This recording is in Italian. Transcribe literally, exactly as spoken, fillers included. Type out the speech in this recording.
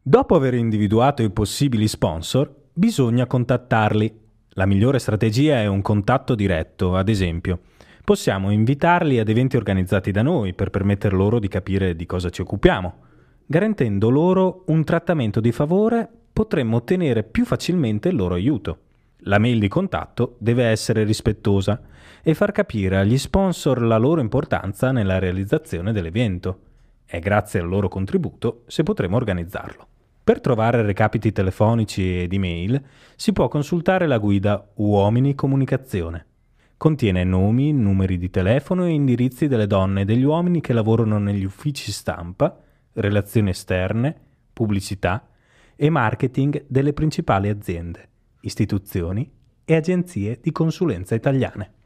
Dopo aver individuato i possibili sponsor, bisogna contattarli. La migliore strategia è un contatto diretto, ad esempio. Possiamo invitarli ad eventi organizzati da noi per permettere loro di capire di cosa ci occupiamo. Garantendo loro un trattamento di favore, potremmo ottenere più facilmente il loro aiuto. La mail di contatto deve essere rispettosa e far capire agli sponsor la loro importanza nella realizzazione dell'evento. È grazie al loro contributo se potremo organizzarlo. Per trovare recapiti telefonici ed email si può consultare la guida Uomini Comunicazione. Contiene nomi, numeri di telefono e indirizzi delle donne e degli uomini che lavorano negli uffici stampa, relazioni esterne, pubblicità e marketing delle principali aziende, istituzioni e agenzie di consulenza italiane.